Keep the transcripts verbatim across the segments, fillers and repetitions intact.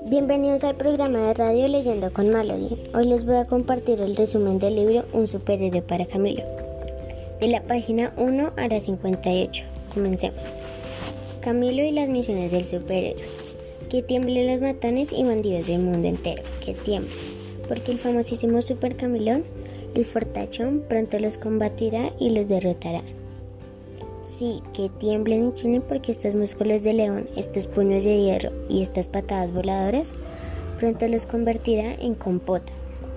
Bienvenidos al programa de radio Leyendo con Mallory. Hoy les voy a compartir el resumen del libro Un superhéroe para Camilo, de la página uno a la cincuenta y ocho. Comencemos. Camilo y las misiones del superhéroe. Que tiemblen los matones y bandidos del mundo entero, que tiemblen, porque el famosísimo Super Camilón, el fortachón, pronto los combatirá y los derrotará. Sí, que tiemblen en Chile porque estos músculos de león, estos puños de hierro y estas patadas voladoras pronto los convertirá en compota.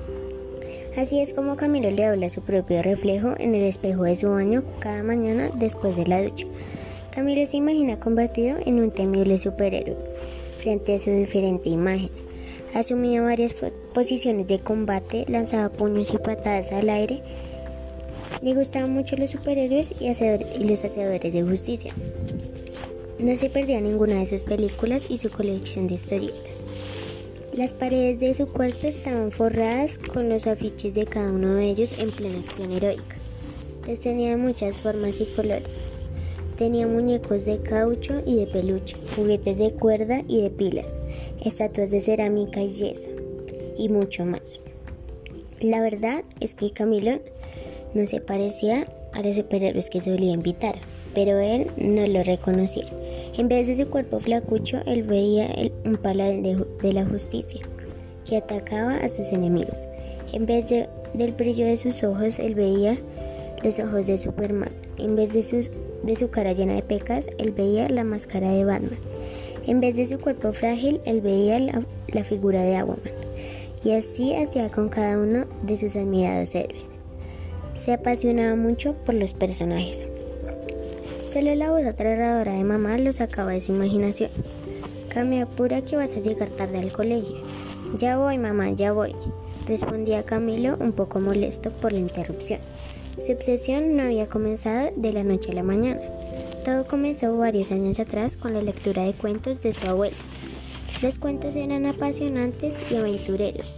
Así es como Camilo le habla a su propio reflejo en el espejo de su baño cada mañana después de la ducha. Camilo se imagina convertido en un temible superhéroe frente a su diferente imagen. Asumía varias posiciones de combate, lanzaba puños y patadas al aire. Le gustaban mucho los superhéroes y, hacedores, y los hacedores de justicia. No se perdía ninguna de sus películas y su colección de historietas. Las paredes de su cuarto estaban forradas con los afiches de cada uno de ellos en plena acción heroica. Los tenía de muchas formas y colores. Tenía muñecos de caucho y de peluche, juguetes de cuerda y de pilas, estatuas de cerámica y yeso, y mucho más. La verdad es que Camilo no se parecía a los superhéroes que solía invitar, pero él no lo reconocía. En vez de su cuerpo flacucho, él veía el, un paladín de, de la justicia que atacaba a sus enemigos. En vez de, del brillo de sus ojos, él veía los ojos de Superman. En vez de, sus, de su cara llena de pecas, él veía la máscara de Batman. En vez de su cuerpo frágil, él veía la, la figura de Aquaman. Y así hacía con cada uno de sus admirados héroes. Se apasionaba mucho por los personajes. Solo la voz aterradora de mamá lo sacaba de su imaginación. Cami, apura que vas a llegar tarde al colegio. Ya voy, mamá, ya voy, respondía Camilo un poco molesto por la interrupción. Su obsesión no había comenzado de la noche a la mañana. Todo comenzó varios años atrás con la lectura de cuentos de su abuela. Los cuentos eran apasionantes y aventureros.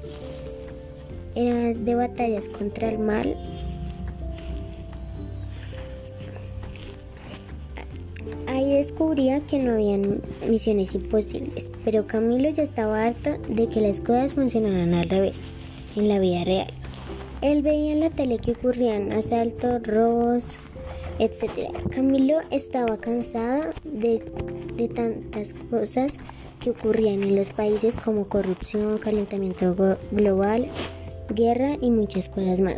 Eran de batallas contra el mal. Ahí descubría que no habían misiones imposibles, pero Camilo ya estaba harto de que las cosas funcionaran al revés, en la vida real. Él veía en la tele que ocurrían asaltos, robos, etcétera. Camilo estaba cansado de, de tantas cosas que ocurrían en los países como corrupción, calentamiento global, guerra y muchas cosas más.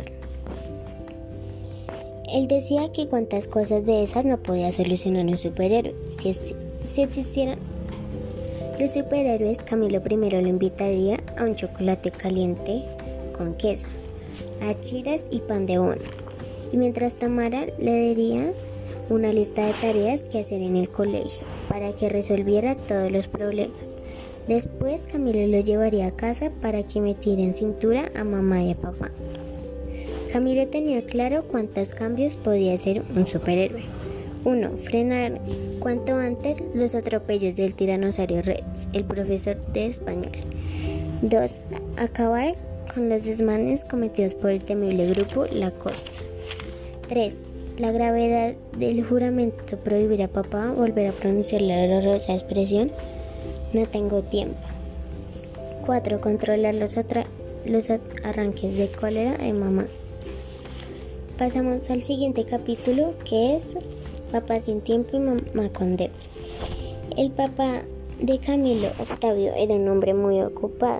Él decía que cuantas cosas de esas no podía solucionar un superhéroe. Si, si existieran los superhéroes, Camilo primero lo invitaría a un chocolate caliente con queso, a chiras y pan de bono. Y mientras tomara, le daría una lista de tareas que hacer en el colegio para que resolviera todos los problemas. Después, Camilo lo llevaría a casa para que metiera en cintura a mamá y a papá. Camilo tenía claro cuántos cambios podía hacer un superhéroe. uno. Frenar cuanto antes los atropellos del tiranosaurio Rex, el profesor de español. dos. Acabar con los desmanes cometidos por el temible grupo La Cosa. tres. La gravedad del juramento prohibir a papá volver a pronunciar la horrorosa expresión "no tengo tiempo". cuatro. Controlar los, atra- los arranques de cólera de mamá. Pasamos al siguiente capítulo, que es Papá sin tiempo y mamá con deuda. El papá de Camilo, Octavio, era un hombre muy ocupado.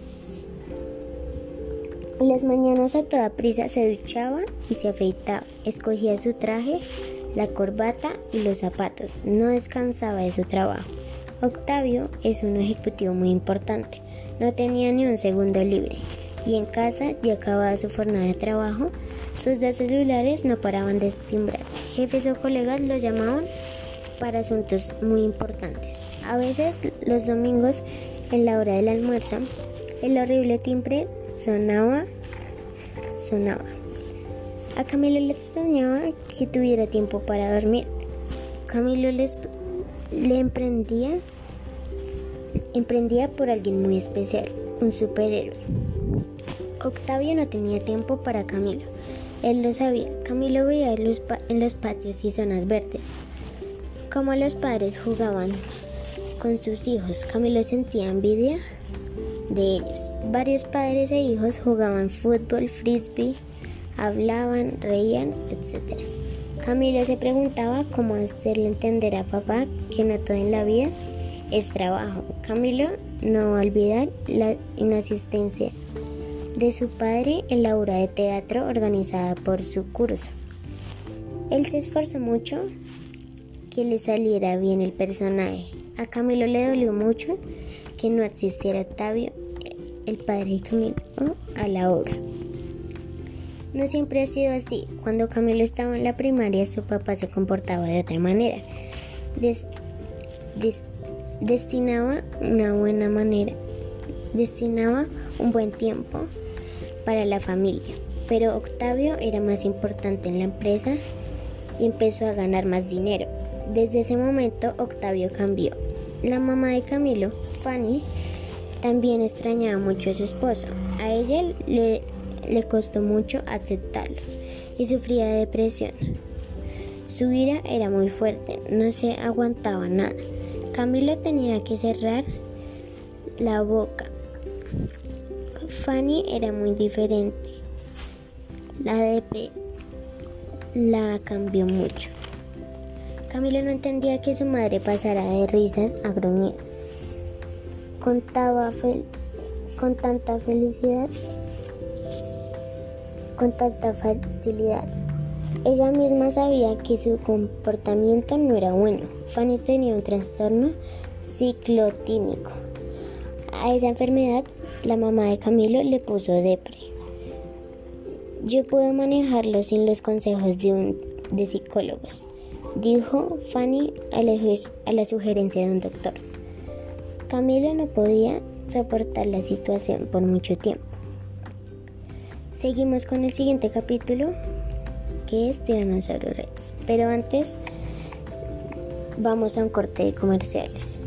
Las mañanas a toda prisa se duchaba y se afeitaba, escogía su traje, la corbata y los zapatos. No descansaba de su trabajo. Octavio es un ejecutivo muy importante. No tenía ni un segundo libre. Y en casa, ya acabada su jornada de trabajo, sus dos celulares no paraban de timbrar. Jefes o colegas lo llamaban para asuntos muy importantes. A veces, los domingos, en la hora del almuerzo, el horrible timbre sonaba, sonaba. A Camilo le extrañaba que tuviera tiempo para dormir. Camilo les, le emprendía, emprendía por alguien muy especial, un superhéroe. Octavio no tenía tiempo para Camilo. Él lo sabía. Camilo veía en los, pa- en los patios y zonas verdes cómo los padres jugaban con sus hijos. Camilo sentía envidia de ellos. Varios padres e hijos jugaban fútbol, frisbee, hablaban, reían, etcétera. Camilo se preguntaba cómo hacerle entender a papá que no todo en la vida es trabajo. Camilo no va a olvidar la inasistencia de su padre en la obra de teatro organizada por su curso. Él se esforzó mucho que le saliera bien el personaje. A Camilo le dolió mucho que no asistiera Octavio, el padre de Camilo, a la obra. No siempre ha sido así. Cuando Camilo estaba en la primaria, su papá se comportaba de otra manera. Des, des, destinaba una buena manera, destinaba un buen tiempo para la familia. Pero Octavio era más importante en la empresa y empezó a ganar más dinero. Desde ese momento, Octavio cambió. La mamá de Camilo, Fanny, también extrañaba mucho a su esposo. A ella le Le costó mucho aceptarlo y sufría de depresión. Su ira era muy fuerte, no se aguantaba nada. Camilo tenía que cerrar la boca. Fanny era muy diferente. La depre la cambió mucho. Camilo no entendía que su madre pasara de risas a gruñidos. Contaba fel con tanta felicidad. con tanta facilidad. Ella misma sabía que su comportamiento no era bueno. Fanny tenía un trastorno ciclotímico. A esa enfermedad, la mamá de Camilo le puso depre. Yo puedo manejarlo sin los consejos de, un, de psicólogos, dijo Fanny a la, a la sugerencia de un doctor. Camilo no podía soportar la situación por mucho tiempo. Seguimos con el siguiente capítulo, que es Tiranosaurio Rex. Pero antes, vamos a un corte de comerciales.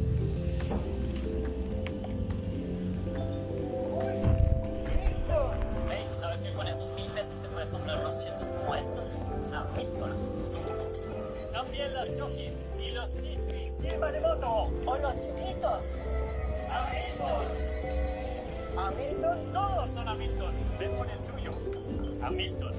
Hey, ¿sabes que con esos mil pesos te puedes comprar unos chetos como estos? Ah, listo. También las Chokis y los Chistris y el Maremoto o los chiquitos. Hamilton. Hamilton, todos son Hamilton. Ven por el tuyo. Hamilton.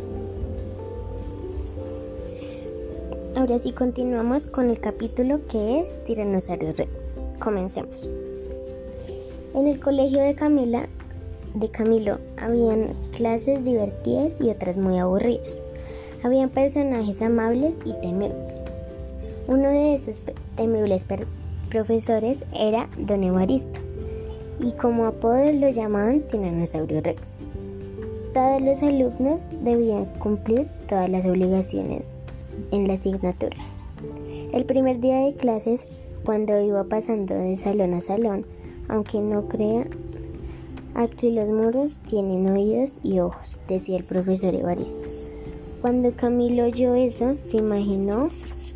Ahora sí continuamos con el capítulo que es Tiranosaurio Rex. Comencemos. En el colegio de Camila, de Camilo, habían clases divertidas y otras muy aburridas. Habían personajes amables y temibles. Uno de esos temibles profesores era Don Evaristo, y como apodo lo llamaban Tiranosaurio Rex. Todos los alumnos debían cumplir todas las obligaciones en la asignatura. El primer día de clases, cuando iba pasando de salón a salón, aunque no crea, aquí los muros tienen oídos y ojos, decía el profesor Evaristo. Cuando Camilo oyó eso, se imaginó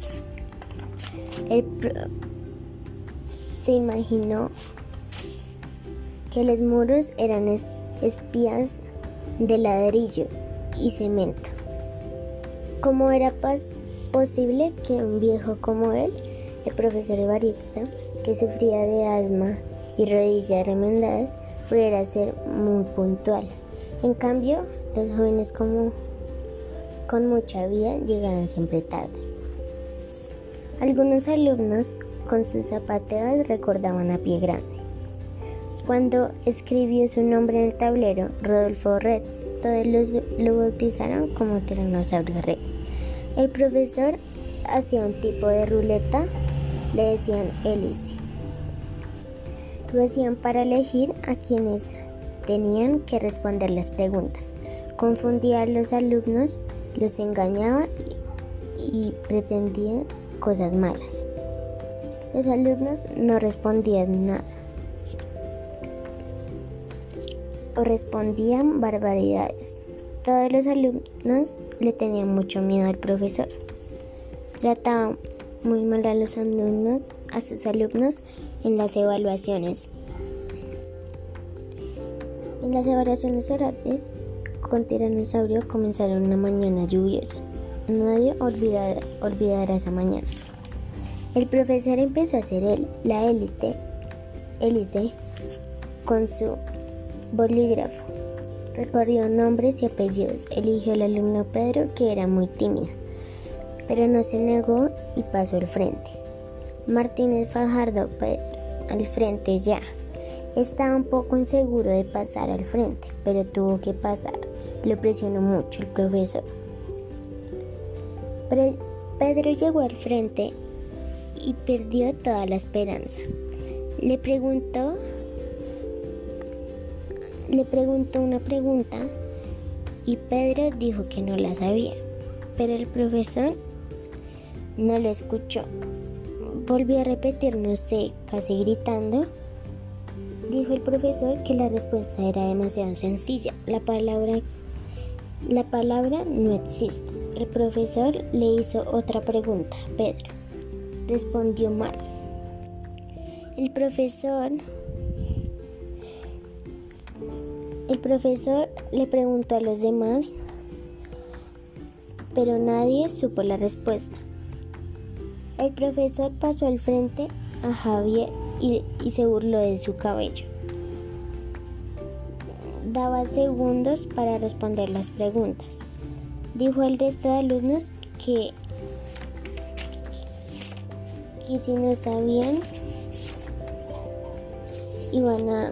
el pro, se imaginó que los muros eran es, espías de ladrillo y cemento. ¿Cómo era posible que un viejo como él, el profesor Evaristo, que sufría de asma y rodillas remendadas, pudiera ser muy puntual? En cambio, los jóvenes como, con mucha vida llegaban siempre tarde. Algunos alumnos con sus zapateos recordaban a Pie Grande. Cuando escribió su nombre en el tablero, Rodolfo Rex, todos los, lo bautizaron como Tiranosaurio Rex. El profesor hacía un tipo de ruleta, le decían hélice. Lo hacían para elegir a quienes tenían que responder las preguntas. Confundía a los alumnos, los engañaba y, y pretendía cosas malas. Los alumnos no respondían nada o respondían barbaridades. Todos los alumnos le tenían mucho miedo al profesor. Trataba muy mal a los alumnos, a sus alumnos en las evaluaciones. En las evaluaciones orales con Tiranosaurio comenzaron una mañana lluviosa. Nadie olvidará, olvidará esa mañana. El profesor empezó a hacer el, la élite, hélice con su Bolígrafo. Recorrió nombres y apellidos. Eligió al alumno Pedro, que era muy tímido, pero no se negó y pasó al frente. Martínez Fajardo, Pedro, al frente ya. Estaba un poco inseguro de pasar al frente, pero tuvo que pasar. Lo presionó mucho el profesor. Pre- Pedro llegó al frente y perdió toda la esperanza. Le preguntó, le preguntó una pregunta y Pedro dijo que no la sabía, pero el profesor no lo escuchó. Volvió a repetir, no sé, casi gritando. Dijo el profesor que la respuesta era demasiado sencilla. La palabra, la palabra no existe. El profesor le hizo otra pregunta. Pedro respondió mal. El profesor, el profesor le preguntó a los demás, pero nadie supo la respuesta. El profesor pasó al frente a Javier y, y se burló de su cabello. Daba segundos para responder las preguntas. Dijo al resto de alumnos que, que si no sabían, iban a,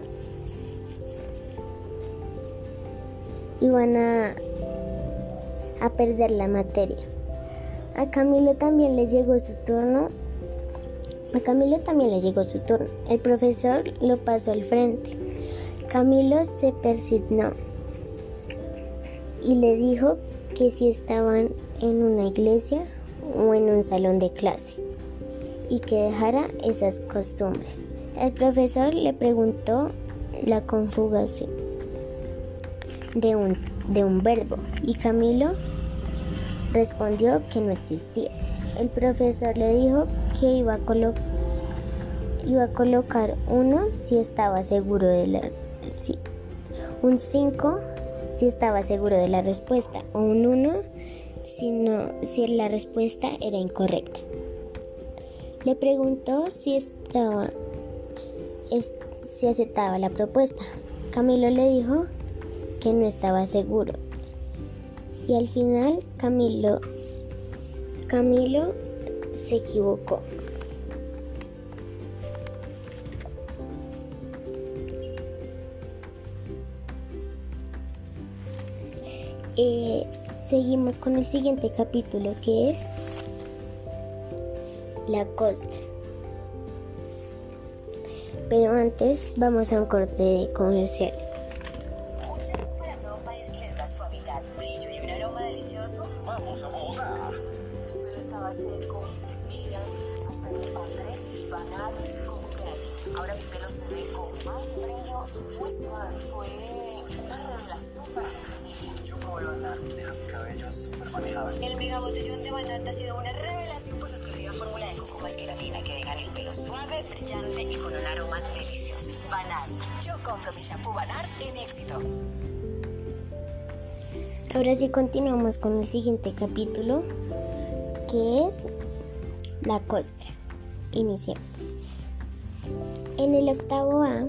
iban a, a perder la materia. A Camilo también le llegó su turno. A Camilo también le llegó su turno. El profesor lo pasó al frente. Camilo se persignó y le dijo que si estaban en una iglesia o en un salón de clase y que dejara esas costumbres. El profesor le preguntó la conjugación de un, de un verbo y Camilo respondió que no existía. El profesor le dijo que iba a, colo- iba a colocar uno si estaba seguro de la si, un cinco si estaba seguro de la respuesta o un uno si, no, si la respuesta era incorrecta. Le preguntó si estaba es, si aceptaba la propuesta. Camilo le dijo que no estaba seguro. Y al final Camilo, Camilo se equivocó. Eh, seguimos con el siguiente capítulo, que es la costra. Pero antes vamos a un corte comercial. Un shampoo para todo un país que les da suavidad, brillo y un aroma delicioso. Vamos a Bogotá. Tu pelo estaba seco, sin vida, hasta que encontré Banal como queratina. Ahora mi pelo se ve con más brillo y muy suave. Fue una revelación para mi familia. Yo probé Banal, deja mi cabello súper manejable. El mega botellón de Banal ha sido una revelación por su exclusiva fórmula de coco más queratina que deja el pelo suave, brillante y con un aroma delicioso. Banal. Yo compro mi shampoo Banal en Éxito. Ahora sí continuamos con el siguiente capítulo, que es la costra. Iniciamos. En el octavo A,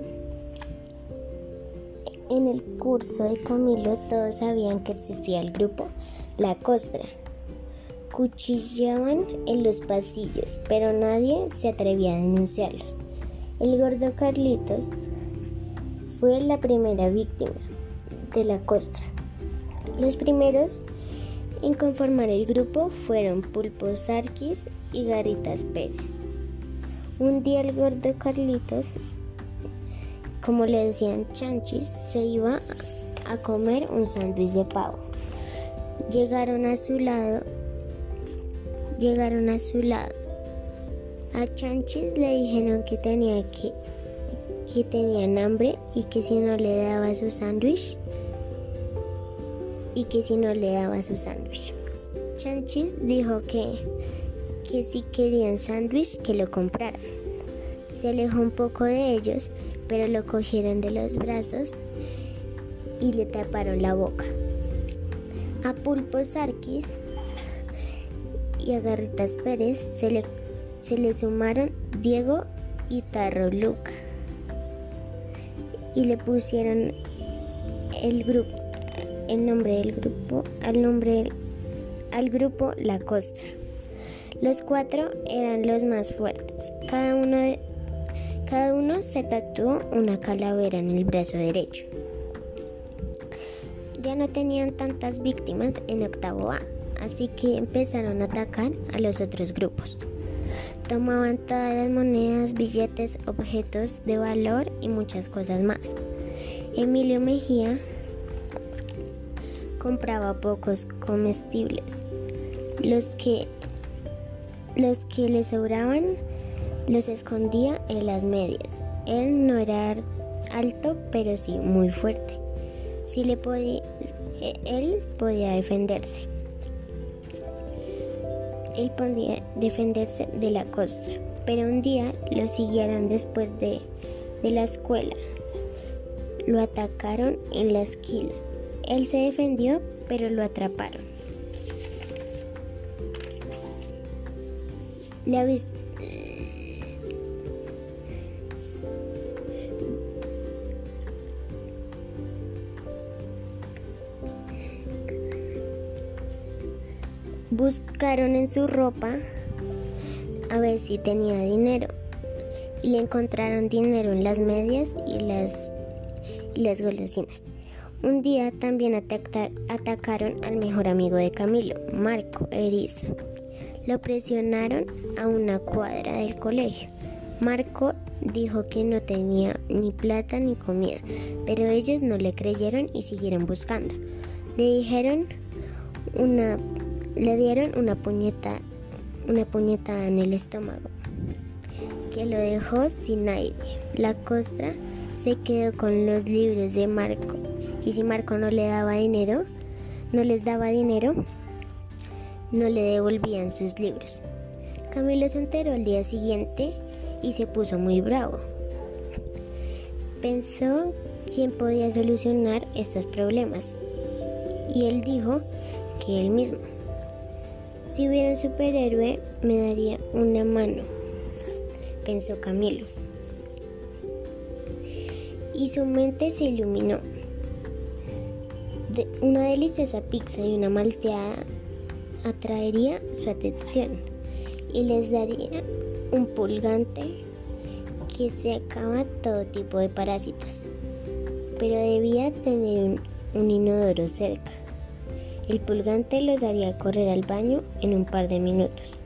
en el curso de Camilo, todos sabían que existía el grupo La Costra. Cuchillaban en los pasillos, pero nadie se atrevía a denunciarlos. El gordo Carlitos fue la primera víctima de la costra. Los primeros en conformar el grupo fueron Pulpo Sarkis y Garritas Pérez. Un día el gordo Carlitos, como le decían Chanchis, se iba a comer un sándwich de pavo. Llegaron a su lado, llegaron a su lado. A Chanchis le dijeron que tenía que, que tenían hambre y que si no le daba su sándwich, y que si no le daba su sándwich. Chanchis dijo que, que si querían sándwich, que lo compraran. Se alejó un poco de ellos, pero lo cogieron de los brazos y le taparon la boca. A Pulpo Sarkis y a Garritas Pérez se le, se le sumaron Diego y Tarro Luca y le pusieron el grupo, el nombre del grupo, al nombre al grupo La Costra. Los cuatro eran los más fuertes. Cada uno, de, cada uno se tatuó una calavera en el brazo derecho. Ya no tenían tantas víctimas en octavo A, así que empezaron a atacar a los otros grupos. Tomaban todas las monedas, billetes, objetos de valor y muchas cosas más. Emilio Mejía compraba pocos comestibles. Los que, los que le sobraban los escondía en las medias. Él no era alto, pero sí muy fuerte. Sí le podía, él podía defenderse. Él podía defenderse de la costra, pero un día lo siguieron después de, de la escuela. Lo atacaron en la esquina. Él se defendió, pero lo atraparon. La vis- Buscaron en su ropa a ver si tenía dinero y le encontraron dinero en las medias y las, y las golosinas. Un día también ataca- atacaron al mejor amigo de Camilo, Marco Erizo. Lo presionaron a una cuadra del colegio. Marco dijo que no tenía ni plata ni comida, pero ellos no le creyeron y siguieron buscando. Le dijeron una Le dieron una puñeta, una puñetada en el estómago, que lo dejó sin aire. La costra se quedó con los libros de Marco, y si Marco no le daba dinero, no les daba dinero, no le devolvían sus libros. Camilo se enteró al día siguiente y se puso muy bravo. Pensó quién podía solucionar estos problemas, y él dijo que él mismo. Si hubiera un superhéroe, me daría una mano, pensó Camilo. Y su mente se iluminó. De una deliciosa pizza y una malteada atraería su atención y les daría un purgante que se acaba todo tipo de parásitos. Pero debía tener un, un inodoro cerca. El purgante los haría correr al baño en un par de minutos.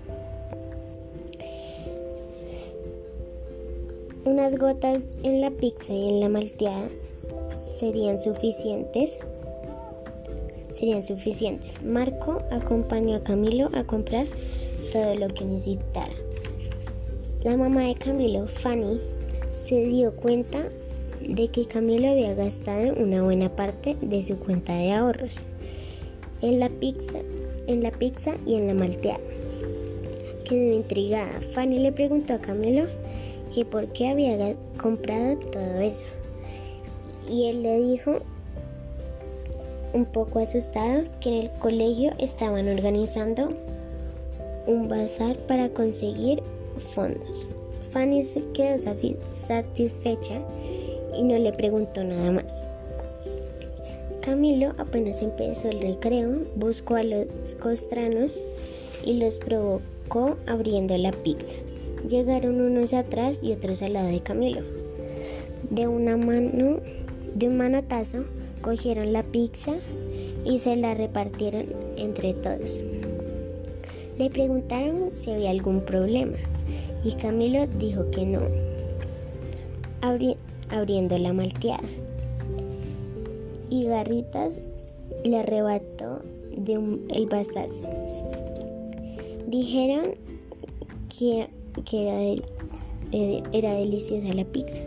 Unas gotas en la pizza y en la malteada serían suficientes. Serían suficientes. Marco acompañó a Camilo a comprar todo lo que necesitara. La mamá de Camilo, Fanny, se dio cuenta de que Camilo había gastado una buena parte de su cuenta de ahorros en la pizza, en la pizza y en la malteada. Quedó intrigada. Fanny le preguntó a Camilo que por qué había comprado todo eso. Y él le dijo, un poco asustado, que en el colegio estaban organizando un bazar para conseguir fondos. Fanny se quedó satisfecha y no le preguntó nada más. Camilo, apenas empezó el recreo, buscó a los costranos y los provocó abriendo la pizza. Llegaron unos atrás y otros al lado de Camilo. De una mano, de un manotazo, cogieron la pizza y se la repartieron entre todos. Le preguntaron si había algún problema y Camilo dijo que no, abri- abriendo la malteada. Y Garritas le arrebató de un, el vasazo. Dijeron que, que era, de, eh, era deliciosa la pizza.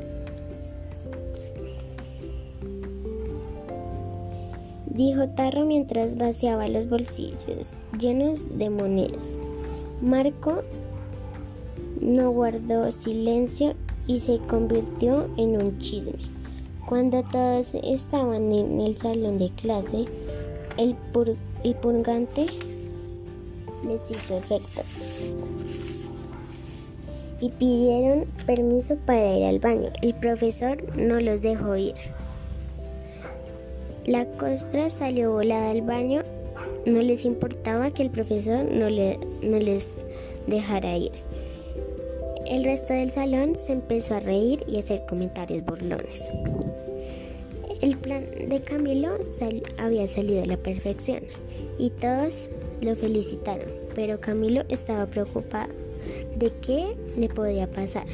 Dijo Tarro mientras vaciaba los bolsillos llenos de monedas. Marco no guardó silencio y se convirtió en un chisme. Cuando todos estaban en el salón de clase, el, pur- el purgante les hizo efecto y pidieron permiso para ir al baño. El profesor no los dejó ir. La costra salió volada al baño. No les importaba que el profesor no, le, no les dejara ir. El resto del salón se empezó a reír y a hacer comentarios burlones. El plan de Camilo sal, había salido a la perfección y todos lo felicitaron, pero Camilo estaba preocupado de qué le podía pasar.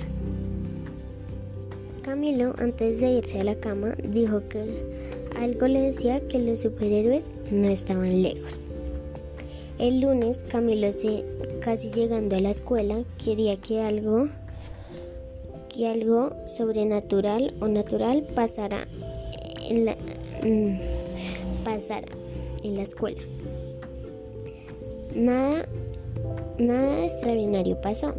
Camilo, antes de irse a la cama, dijo que algo le decía que los superhéroes no estaban lejos. El lunes, Camilo, se, casi llegando a la escuela, quería que algo, que algo sobrenatural o natural pasara en la, mmm, pasara en la escuela. Nada, nada extraordinario pasó.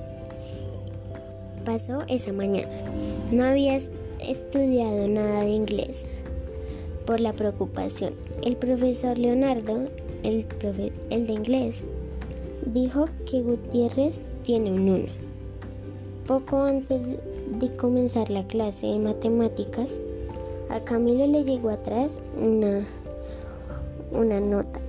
Pasó esa mañana. No había estudiado nada de inglés por la preocupación. El profesor Leonardo, el, profe, el de inglés, dijo que Gutiérrez tiene un uno. Poco antes de comenzar la clase de matemáticas, a Camilo le llegó atrás una, una nota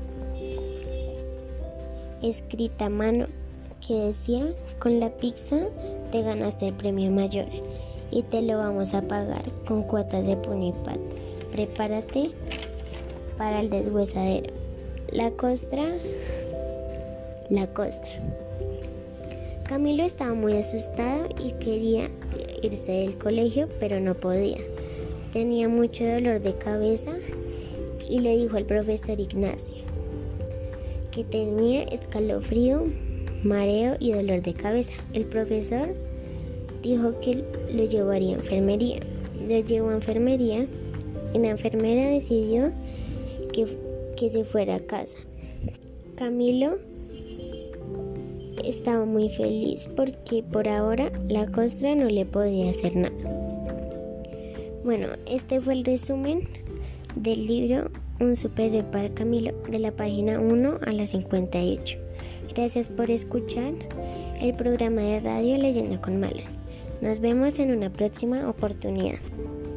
escrita a mano que decía: con la pizza te ganaste el premio mayor y te lo vamos a pagar con cuotas de puño y pata. Prepárate para el deshuesadero. La costra, la costra. Camilo estaba muy asustado y quería irse del colegio, pero no podía. Tenía mucho dolor de cabeza y le dijo al profesor Ignacio que tenía escalofrío, mareo y dolor de cabeza. El profesor dijo que lo llevaría a enfermería. Lo llevó a enfermería y la enfermera decidió que, que se fuera a casa. Camilo estaba muy feliz porque por ahora la costra no le podía hacer nada. Bueno, este fue el resumen del libro Un superhéroe para Camilo, de la página uno a la cincuenta y ocho. Gracias por escuchar el programa de radio Leyendo con Mallory. Nos vemos en una próxima oportunidad.